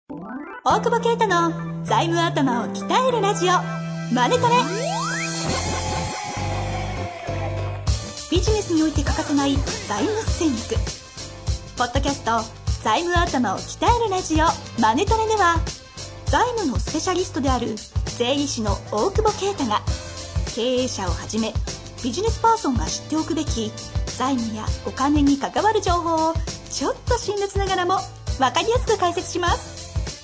大久保啓太の財務頭を鍛えるラジオマネトレ。ビジネスにおいて欠かせない財務戦略。ポッドキャスト財務頭を鍛えるラジオマネトレでは、財務のスペシャリストである税理士の大久保啓太が、経営者をはじめビジネスパーソンが知っておくべき財務やお金に関わる情報をちょっと辛辣ながらも分かりやすく解説します。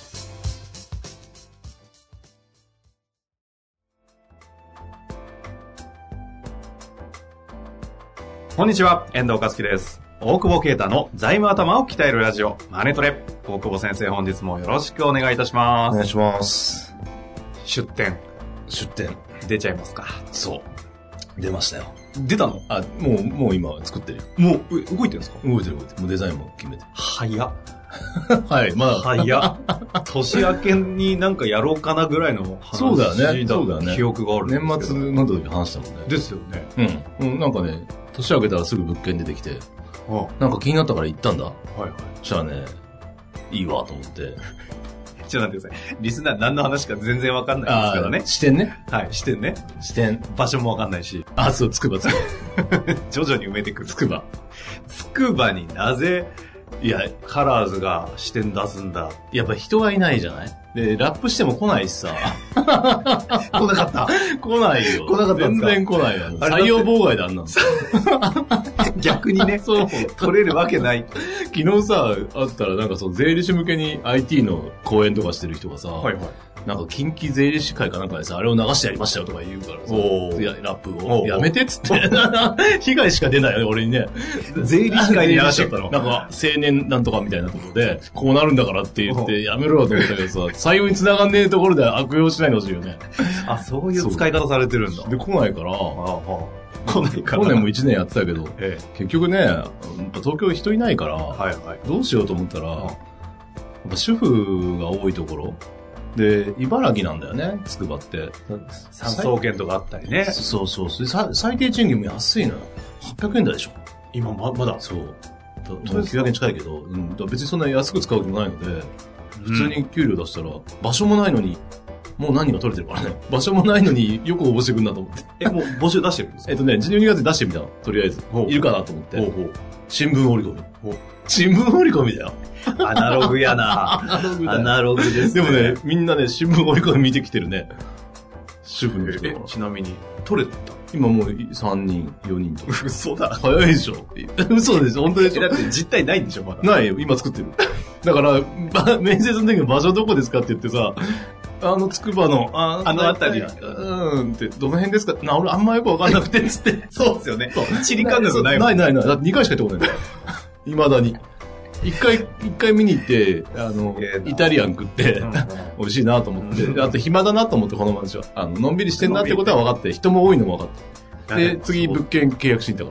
こんにちは、遠藤和樹です。大久保啓太の財務頭を鍛えるラジオマネトレ。大久保先生、本日もよろしくお願いいたします。 お願いします。 出店出ちゃいますか？ そう。出ましたよ。 出たの？ もう今作ってるよ。 もう動いてるんですか？ 動いてる。もうデザインも決めてる。 早っ。 はい、まだ。 早っ。年明けになんかやろうかなぐらいの話。 そうだよね。そうだよね。 記憶があるんですけど。 年末の時話したもんね。 ですよね。 うん。なんかね、年明けたらすぐ物件出てきて、なんか気になったから行ったんだ。はいはい。そしたらね、いいわと思って。 ちょっと待ってください。リスナー何の話か全然わかんないですからね。 視点ね。 はい、視点ね。 視点。 場所もわかんないし。 そう、つくば。 徐々に埋めてくる。 つくば。 つくばになぜ、カラーズが視点出すんだ。 やっぱ人がいないじゃない？で、ラップしても来ないしさ。 来なかった。 来ないよ。 来なかったんですか？ 全然来ないよ。採用妨害だ、あんなの。 逆にね、そう、取れるわけない。 昨日さ、あったらなんか税理士向けに IT の講演とかしてる人がさ、はいはい。なんか近畿税理士会かなんかでさ、あれを流してやりましたよとか言うからさ、ラップをやめてっつって、被害しか出ないよね、俺にね。 税理士会に流しちゃったの。 なんか、青年なんとかみたいなところで、こうなるんだからって言って、やめろよと思ったけどさ、採用に繋がんねえところで悪用しないでほしいよね。 そういう使い方されてるんだ。 で、来ないから、 来ないから。 去年も1年やってたけど、結局ね、東京人いないから、どうしようと思ったら、やっぱ主婦が多いところ、で、茨城なんだよね、つくばって。 産総研とかあったりね。 そう。最低賃金も安いのよ。800円台でしょ。 今まだ。 そう。900円近いけど、別にそんなに安く使う気もないので、普通に給料出したら、場所もないのに、もう何が取れてるからね。場所もないのによく応募してくんだと思って。 もう募集出してるんですか ？12月で出してみたの。とりあえず。いるかなと思って。新聞折り込み。新聞折り込みだよ。 アナログやな。アナログですね。でもね、みんなね、新聞折り込み見てきてるね。主婦の人が。 ちなみに、取れた？ 今もう3人、4人とか。 嘘だ。 早いでしょ。嘘でしょ。本当でしょ。 だって実態ないんでしょ、まだ。 ないよ。今作ってる。だから、面接の時の場所どこですかって言ってさ、つくばの、 あのあたり。 って、どの辺ですか？俺あんまよくわかんなくて、つって。 そうですよね。地理感覚ないもん。ない。だって2回しか行ったことないんだよ。未だに。一回見に行って、イタリアン食って、美味しいなと思って、あと暇だなと思って、この街は。のんびりしてんなってことは分かって、人も多いのも分かって。で、次物件契約していったから。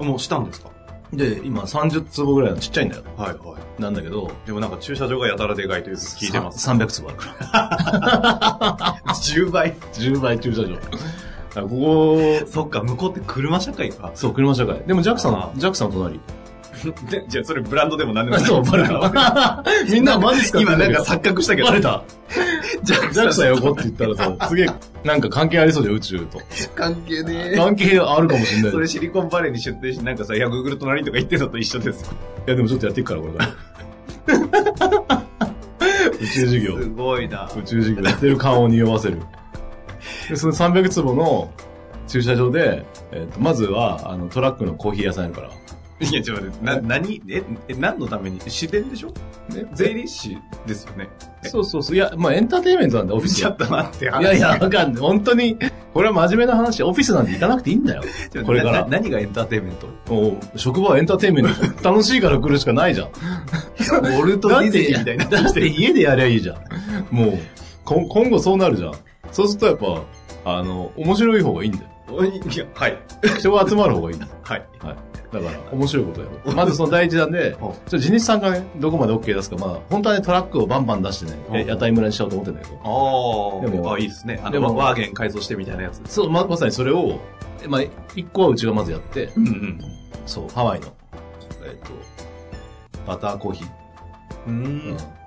もうしたんですか？ で、今30坪ぐらいのちっちゃいんだよ。 はい。 なんだけど。 でもなんか駐車場がやたらでかいという聞いてます。 300坪あるから。 10倍駐車場。ここ、 そっか、向こうって車社会か。 そう、車社会。でもジャクさんの隣。 じゃあそれブランドでも何でもない。 そう、バレた。みんなマジっすか？ 今なんか錯覚したけど。 バレた。ジャクさん横って言ったらさ、すげえ、なんか関係ありそうで宇宙と。 関係ねえ。 関係あるかもしれない。 それシリコンバレーに出店し、なんかさ、Google 隣とか言ってたのと一緒です。 いやでもちょっとやっていくから、これから。宇宙事業。 すごいな。 宇宙事業やってる感を匂わせる。で、その300坪の駐車場で、まずは、トラックのコーヒー屋さんやるから。 いや、ちょっと待って、何のために支店でしょ？税理士ですよね。 そう。いや、エンターテインメントなんだ、オフィス。 ちょっと待って。 いや、わかんない。本当に、これは真面目な話、オフィスなんて行かなくていいんだよ。これから。 何がエンターテインメント？ 職場はエンターテインメント。楽しいから来るしかないじゃん。 ウォルト・ディズニーみたいな。 だって家でやりゃいいじゃん。もう、今後そうなるじゃん。そうするとやっぱ、面白い方がいいんだよ。 はい。 人が集まる方がいい。 はい。 だから、面白いことやろ。まずその第一弾で、地主さんがね、どこまで OK 出すか、本当はね、トラックをバンバン出してね、屋台村にしようと思ってんだけど。 でも、いいですね。でも、ワーゲン改造してみたいなやつ。 そう、まさにそれを、一個はうちがまずやって、そう、ハワイの、バターコーヒー。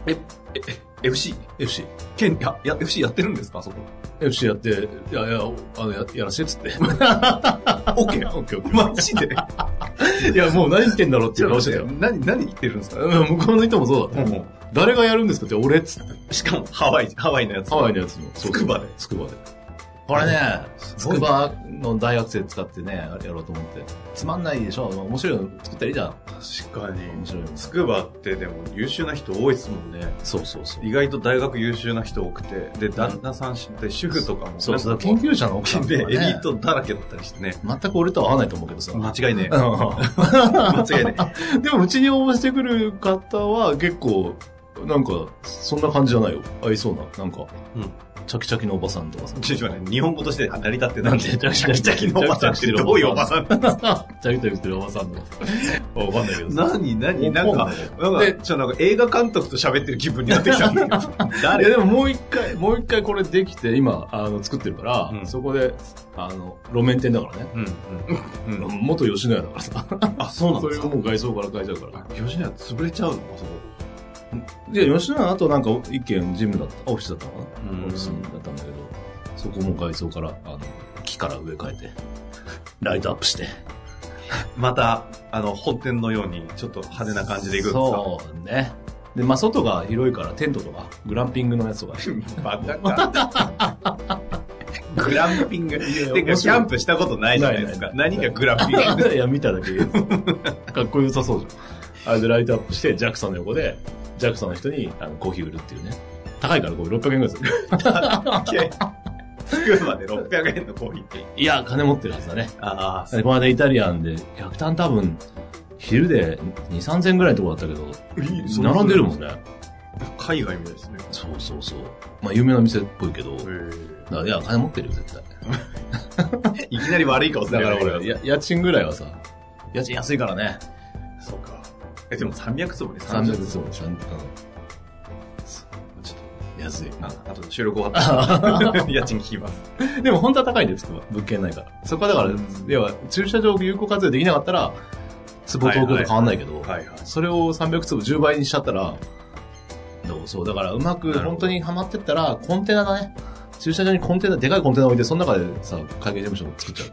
FC? FC。 FC やってるんですかそこ。 FC やって、やらせっつって。 オッケー。マジでいや、もう何言ってんだろうっていう顔してたよ。 何言ってるんですか向こうの人もそうだった。誰がやるんですかって俺っつって。 しかもハワイのやつ。 ハワイのやつも。 つくばで。 これね、つくばの大学生使ってね、あれやろうと思って。つまんないでしょ面白いの作ったらいいじゃん。 確かに。 面白いの。 つくばってでも優秀な人多いですもんね。 そう。 意外と大学優秀な人多くて、で、旦那さんで主婦とかも。 そう、研究者の奥さんとかね。 で、エリートだらけだったりしてね。 全く俺とは合わないと思うけどさ。 間違いねえ。間違いねえ。でもうちに応募してくる方は結構、なんか、そんな感じじゃないよ。合いそうな。なんか。チャキチャキのおばさんとかさ。 日本語として成り立ってなんでチャキチャキのおばさんってどういうおばさんチャキチャキしてるおばさんとかさ。わかんないけどさ。 何なんか映画監督と喋ってる気分になってきたんだけど。 いやでももう一回これできて、今、作ってるから、そこで、路面店だからね。元吉野家だからさ。 あ、そうなんですか。 それをもう外装から変えちゃうから。 吉野家潰れちゃうのそこ。 で、吉野家あとなんか一軒ジムだった、オフィスだったのかなオフィスだったんだけど、そこも外装から、木から植え替えて、ライトアップして。 また、本店のように、ちょっと派手な感じでいくんですか？ そうね。で、まあ、外が広いから、テントとか、グランピングのやつとか。 バカか。グランピング。てか、キャンプしたことないじゃないですか。何がグランピング？ いや、見ただけかっこよさそうじゃん。あれでライトアップして、JAXA の横で、JAXA の人にコーヒー売るっていうね。高いから600円ぐらいする。 つくばで600円のコーヒーって。 いや、金持ってるはずだね。 ああ。 この間イタリアンで、100単多分、昼で2、3000円ぐらいのとこだったけど、並んでるもんね。 海外みたいですね。 そう。まあ、有名な店っぽいけど、いや、金持ってるよ、絶対。いきなり悪い顔するから俺、家賃ぐらいはさ、家賃安いからね。 そうか。でも300坪で 300坪でちょっと安い。 あと収録終わったら家賃聞きます。 でも本当は高いんです、物件ないから。そこはだから、要は駐車場有効活用できなかったら、坪東京と変わんないけど、それを300坪10倍にしちゃったら、そう、だからうまく本当にハマってったら、コンテナだね。駐車場にでかいコンテナ置いて、その中でさ、会計事務所を作っちゃう。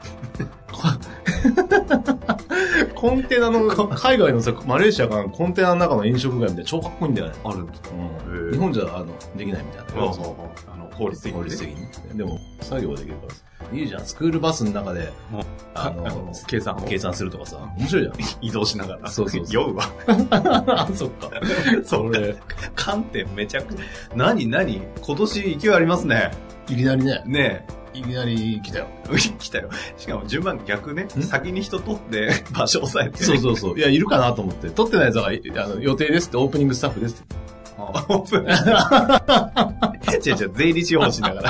コンテナの、海外のさ、マレーシアがコンテナの中の飲食街みたいな超かっこいいんだよね。 あるんですか？ 日本じゃ、できないみたいな。 法律的に。でも、作業はできるからさ。いいじゃん。スクールバスの中で、 計算するとかさ。 面白いじゃん。 移動しながら。 そう。 酔うわ。 そっか。 それ。観点めちゃくちゃ。何今年勢いありますね。 いきなりね。 ねえ。いきなり来たよ。 来たよ。しかも順番逆ね。先に人取って場所押さえて。 そう。いや、いるかなと思って。取ってないやつは、予定ですって、オープニングスタッフですって。 オープニング。違う、税理士法人だから。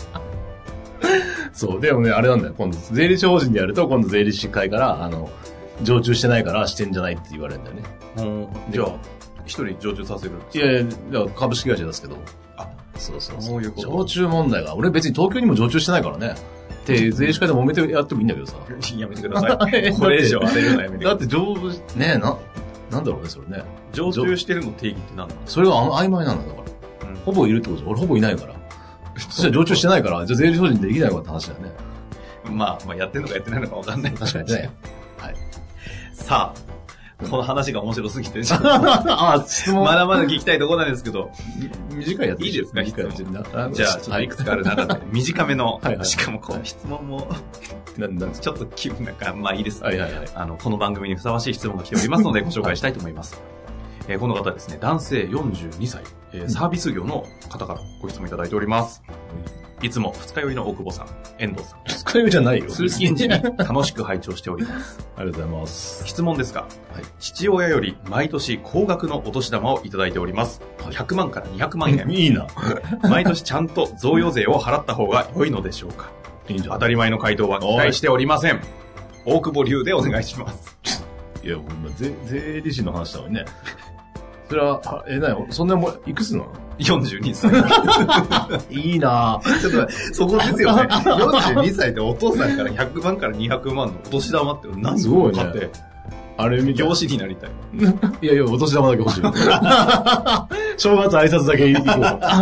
そう。でもね、あれなんだよ。今度、税理士法人でやると、今度税理士会から、常駐してないから支店じゃないって言われるんだよね。 じゃあ、一人常駐させるんですか？いや、株式会社ですけど。そう。 そういうこと。 常駐問題が、俺別に東京にも常駐してないからね。で、税理士会で揉めてやってもいいんだけどさ。 やめてください。これ以上荒れるのやめてください。 だってねえ、なんだろうね、それね。 常駐してるの定義って何なの？ それは曖昧なんだから。ほぼいるってことじゃん。俺ほぼいないから。そしたら常駐してないから、じゃあ税理士法人できないのかって話だよね。 まあ、やってんのかやってないのか分かんない。 確かにね。 はい。さあ、この話が面白すぎて、 質問まだまだ聞きたいところなんですけど、 短いやついいですか？ 短いやつ。 じゃあ、ちょっといくつかある中で、短めの、しかもこう、質問も、ちょっと気分なんか、まあいいです。この番組にふさわしい質問が来ておりますので、ご紹介したいと思います。この方ですね、男性42歳、サービス業の方からご質問いただいております。いつも二日酔いの大久保さん、遠藤さん。 二日酔いじゃないよ。 通勤時に楽しく拝聴しております。 ありがとうございます。 質問ですが、父親より毎年高額のお年玉をいただいております。100万から200万円。 いいな。 毎年ちゃんと贈与税を払った方が良いのでしょうか？ いいんじゃない？ 当たり前の回答は期待しておりません。大久保流でお願いします。 いや、税理士の話だもんね。それは、そんなもん、いくつなの ？42歳。 いいなぁ。 ちょっと、そこですよね。42歳でお父さんから100万から200万のお年玉って何すごいね。 あれ見て。 教師になりたい。 いやいや、お年玉だけ欲しい。正月挨拶だけ行こ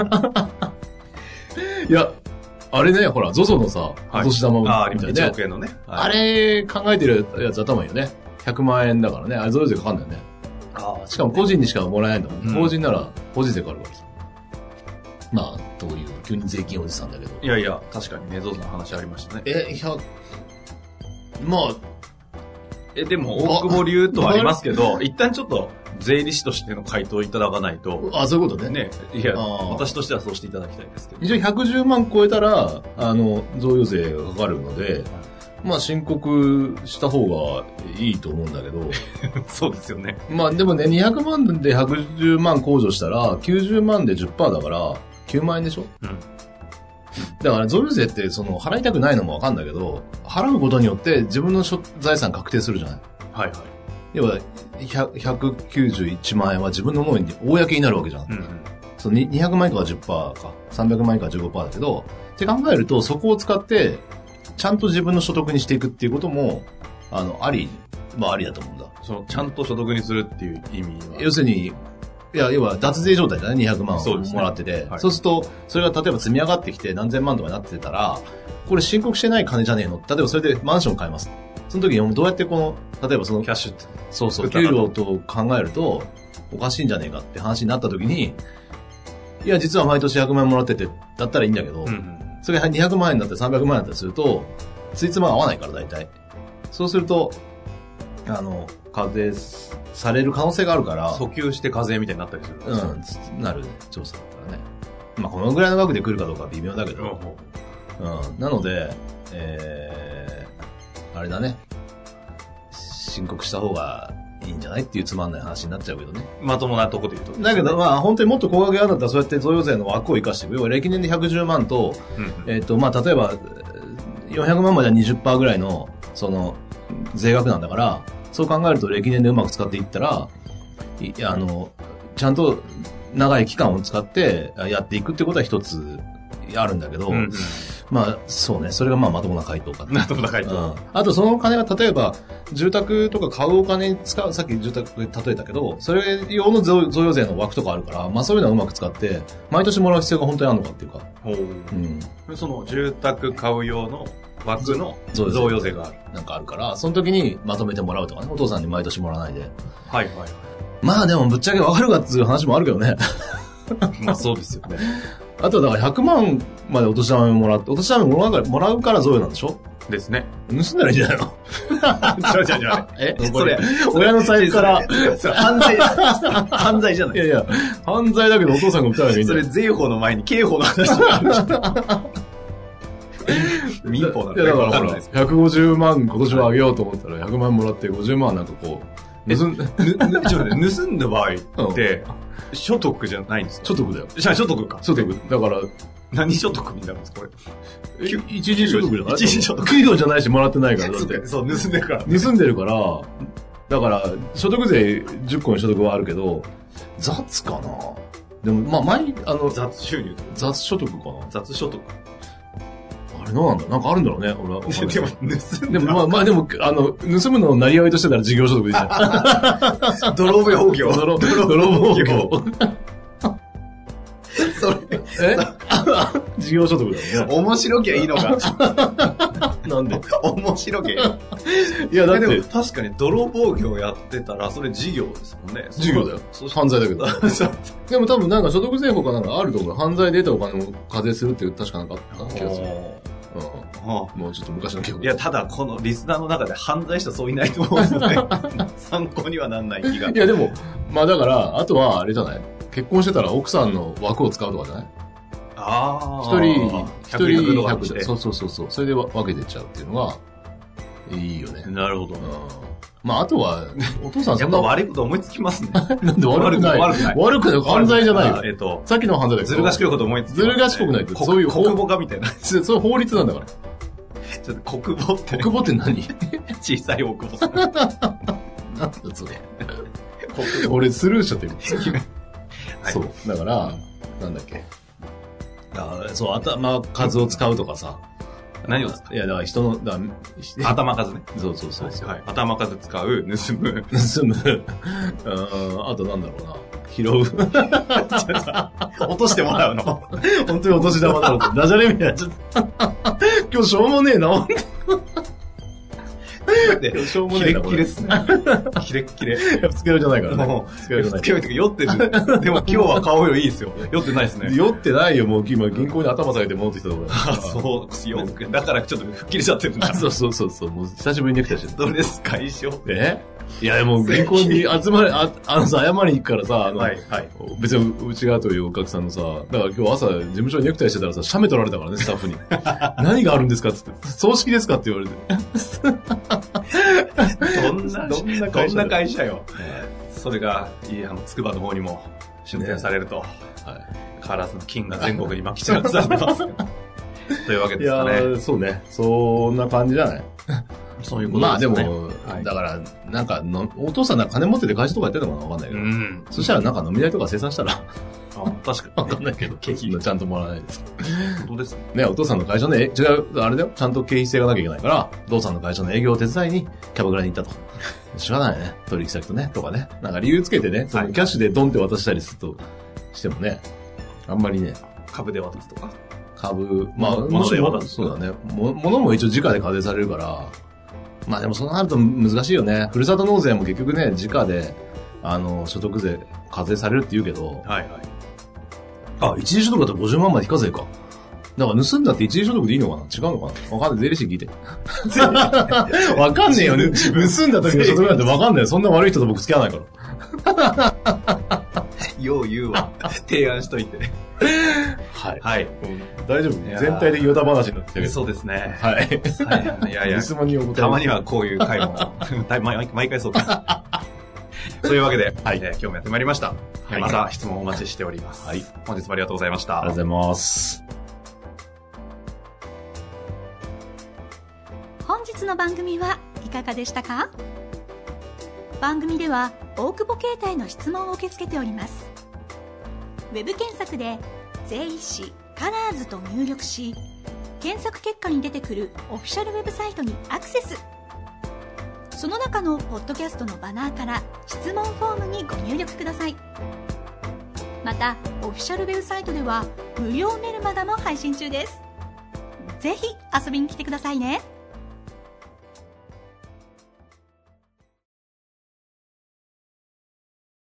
う。いや、あれね、ほら、ZOZO のさ、お年玉みたいなね。 1億円のね。 あれ考えてるやつ頭いいよね。100万円だからね。あれそれぞれかかんないよね。しかも個人にしかもらえないんだもん。法人なら、法人税かかるからさ。まあ、どういう、急に税金おじさんだけど。 いやいや、確かにね、ZOZOの話ありましたね。 まあ、 でも、大久保流とはありますけど、一旦ちょっと、税理士としての回答をいただかないと。 そういうことね。 ね。いや、私としてはそうしていただきたいですけど。 一応110万超えたら、贈与税がかかるので、まあ申告した方がいいと思うんだけど。 そうですよね。 まあでもね、200万で110万控除したら、90万で 10% だから、9万円でしょ？うん。だから、贈与税って、払いたくないのもわかんだけど、払うことによって自分の財産確定するじゃない？はいはい。要は、191万円は自分のものに公になるわけじゃん。うんうん、200万円とか 10% か、300万円か 15% だけど、って考えると、そこを使って、ちゃんと自分の所得にしていくっていうことも、ありだと思うんだ。 ちゃんと所得にするっていう意味は。 要するに、要は脱税状態だね、200万もらってて。そうすると、それが例えば積み上がってきて何千万とかになってたら、これ申告してない金じゃねえの？例えばそれでマンション買います。その時にどうやって例えばキャッシュって。 そう、給料と考えると、おかしいんじゃねえかって話になった時に、いや、実は毎年100万円もらってて、だったらいいんだけど、それが200万円だって300万円だったりすると、ついつま合わないから大体。そうすると、課税される可能性があるから。 訴求して課税みたいになったりする。 なる調査だからね。まあ、このぐらいの額で来るかどうかは微妙だけど。なので、あれだね。申告した方がいいんじゃないっていうつまんない話になっちゃうけどね。 まともなとこで言うと、 だけど、まあ、本当にもっと高額屋だったらそうやって贈与税の枠を生かしていく。要は、歴年で110万と、まあ、例えば、400万までは 20% ぐらいの、税額なんだから、そう考えると歴年でうまく使っていったら、ちゃんと長い期間を使ってやっていくってことは一つあるんだけど、まあ、そうね、それがまともな回答かな。 まともな回答。 あとそのお金が例えば、住宅とか買うお金に使う、さっき住宅で例えたけど、それ用の贈与税の枠とかあるから、まあそういうのはうまく使って、毎年もらう必要が本当にあるのかっていうか。 その住宅買う用の枠の贈与税がある。 なんかあるから、その時にまとめてもらうとかね、お父さんに毎年もらわないで。 はいはい。 まあでもぶっちゃけわかるかっていう話もあるけどね。 まあそうですよね。 あとだから100万までお年玉もらって、お年玉もらうから贈与なんでしょ？ ですね。 盗んだらいいんじゃないの？ 違う。 それ、親の財布から。 犯罪じゃない。 いやいや、犯罪だけどお父さんが売ったらいいんじゃない？ それ税法の前に刑法の話があるじゃん。民法なんだからほら、150万今年はあげようと思ったら100万もらって50万なんかこう、 盗んだ場合って、所得じゃないんですか？ 所得だよ。 所得か。 所得。だから、 何所得になるんですかこれ？ 一時所得じゃない？ 一時所得。 給料じゃないしもらってないから、だって。 そう、盗んでるから。 盗んでるから、だから、所得税10個の所得はあるけど、雑かな？でも、まあ、 雑収入雑所得かな？ 雑所得。 あれどうなんだ？なんかあるんだろうね、俺は。 でも、盗んでも、まあでも、盗むのを成り合いとしてたら事業所得でいいじゃん。 泥棒業。 泥棒業。 それ。 事業所得だよね。 面白きゃいいのか。 なんで面白きゃいい。 いや、だって。 でも確かに泥棒業やってたら、それ事業ですもんね。 事業だよ。犯罪だけど。でも多分なんか所得税法かなんかあるところ、犯罪で得たお金も課税するっていう確かなんかあった気がする。もうちょっと昔の記憶。 いや、ただこのリスナーの中で犯罪者そういないと思うので、参考にはなんない気が。 いや、でも、まあだから、あとはあれじゃない？結婚してたら奥さんの枠を使うとかじゃない？一人100で。そう。それで分けてっちゃうっていうのが、いいよね。 なるほど。 まあ、あとは、お父さんそんな悪いこと思いつきますね。 なんで悪くない。悪くない。犯罪じゃないよ。さっきの犯罪だけど。 ずる賢いこと思いつきます。 ずる賢くないって、 そういう国母かみたいな。 そう法律なんだから。 ちょっと国母って。 国母って何？ 小さい大久保さん。 なんだそれ。俺スルーしちゃってる。そう。だから、なんだっけ。そう、頭数を使うとかさ。 何を使う？ いや、だから人の、 頭数ね。 そうそうそうそう、 はい。頭数使う、盗む。 あとなんだろうな。拾う。 落としてもらうの。 本当にお年玉だろうと。ダジャレみたいな。ちょっと今日しょうもねえな。 しょうもねえな。キレッキレっすね。キレッキレ。 二日酔いじゃないからね。 二日酔いとか酔ってる。でも今日は顔色いいですよ。酔ってないですね。 酔ってないよ。もう今銀行に頭下げて戻ってきたところだ。 あ、そう。よく。だからちょっと吹っ切れちゃってるんだ。 そう。もう久しぶりにネクタイしてる。 ストレス解消。 いや、でも銀行に集まれ、謝りに行くからさ、 はい。 別に内側というお客さんのさ、だから今日朝事務所にネクタイしてたらさ、写メ取られたからね、スタッフに。何があるんですかって言って、葬式ですかって言われて。 どんな会社よ。それが、つくばの方にも出店されると、変わらずの金が全国に撒き散らされてます。というわけですかね。 いや、そうね。そんな感じじゃない？ そういうことですね。 まあでも、だから、なんかお父さんなんか金持ってて会社とかやってるのかなわかんないけど。そしたらなんか飲み代とか生産したら。 確かに。 わかんないけど、経費のちゃんともらわないです。 本当ですね。お父さんの会社の、あれだよ。ちゃんと経費性がなきゃいけないから、お父さんの会社の営業を手伝いにキャバクラに行ったと。しょうがないね。取引先とね、とかね。なんか理由つけてね、そのキャッシュでドンって渡したりするとしてもね、あんまりね。 株で渡すとか。 まあ、もしも、そうだね。物も一応直で課税されるから、まあでもそうなると難しいよね。ふるさと納税も結局ね、直で、所得税課税されるって言うけど。一時所得だったら50万まで非課税か。だから盗んだって一時所得でいいのかな？違うのかな？わかんない。税理士聞いて。わかんねえよね。盗んだ時の所得なんてわかんないよ。そんな悪い人と僕付き合わないから。 よう言うわ。提案しといて。 はい。大丈夫？全体的ヨタ話になってるけど。 そうですね。 はい。 いや、たまにはこういう回も、毎回そうです。というわけで、今日もやってまいりました。また質問お待ちしております。本日もありがとうございました。 ありがとうございます。 本日の番組はいかがでしたか？番組では大久保携帯の質問を受け付けております。ウェブ検索で税理士カラーズと入力し、検索結果に出てくるオフィシャルウェブサイトにアクセス。その中のポッドキャストのバナーから質問フォームにご入力ください。またオフィシャルウェブサイトでは無料メルマガも配信中です。ぜひ遊びに来てくださいね。